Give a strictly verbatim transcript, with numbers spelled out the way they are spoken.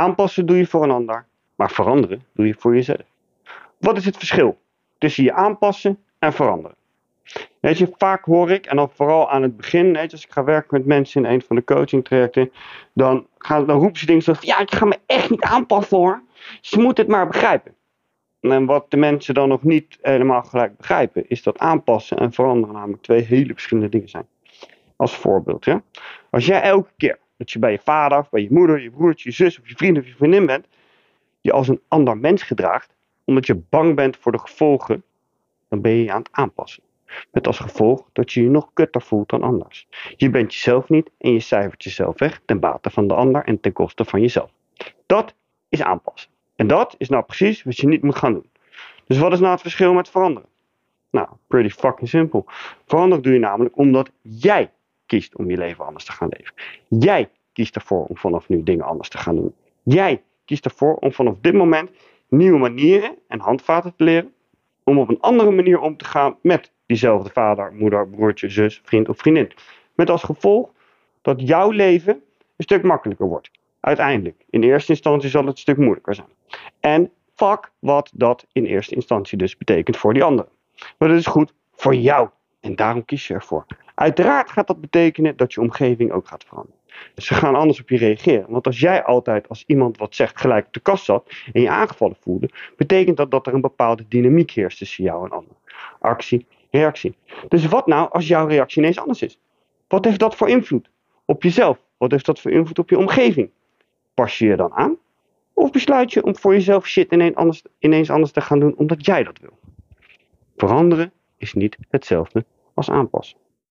Aanpassen doe je voor een ander, maar veranderen doe je voor jezelf. Wat is het verschil tussen je aanpassen en veranderen? Weet je, vaak hoor ik, en dan vooral aan het begin, weet je, als ik ga werken met mensen in een van de coaching trajecten, dan, gaan, dan roepen ze dingen zoals, ja, ik ga me echt niet aanpassen hoor. Ze moeten het maar begrijpen. En wat de mensen dan nog niet helemaal gelijk begrijpen, is dat aanpassen en veranderen namelijk twee hele verschillende dingen zijn. Als voorbeeld, ja. Als jij elke keer dat je bij je vader, of bij je moeder, je broertje, je zus of je vriend of je vriendin bent, je als een ander mens gedraagt, omdat je bang bent voor de gevolgen, dan ben je je aan het aanpassen. Met als gevolg dat je je nog kutter voelt dan anders. Je bent jezelf niet en je cijfert jezelf weg ten bate van de ander en ten koste van jezelf. Dat is aanpassen. En dat is nou precies wat je niet moet gaan doen. Dus wat is nou het verschil met veranderen? Nou, pretty fucking simpel. Veranderen doe je namelijk omdat jij kiest om je leven anders te gaan leven. Jij kiest ervoor om vanaf nu dingen anders te gaan doen. Jij kiest ervoor om vanaf dit moment nieuwe manieren en handvaten te leren om op een andere manier om te gaan met diezelfde vader, moeder, broertje, zus, vriend of vriendin. Met als gevolg dat jouw leven een stuk makkelijker wordt. Uiteindelijk. In eerste instantie zal het een stuk moeilijker zijn. En fuck wat dat in eerste instantie dus betekent voor die anderen. Maar dat is goed voor jou. En daarom kies je ervoor. Uiteraard gaat dat betekenen dat je omgeving ook gaat veranderen. Dus ze gaan anders op je reageren. Want als jij altijd als iemand wat zegt gelijk op de kast zat en je aangevallen voelde, betekent dat dat er een bepaalde dynamiek heerst tussen jou en anderen. Actie, reactie. Dus wat nou als jouw reactie ineens anders is? Wat heeft dat voor invloed op jezelf? Wat heeft dat voor invloed op je omgeving? Pas je je dan aan? Of besluit je om voor jezelf shit ineens anders, ineens anders te gaan doen omdat jij dat wil? Veranderen is niet hetzelfde als aanpassen.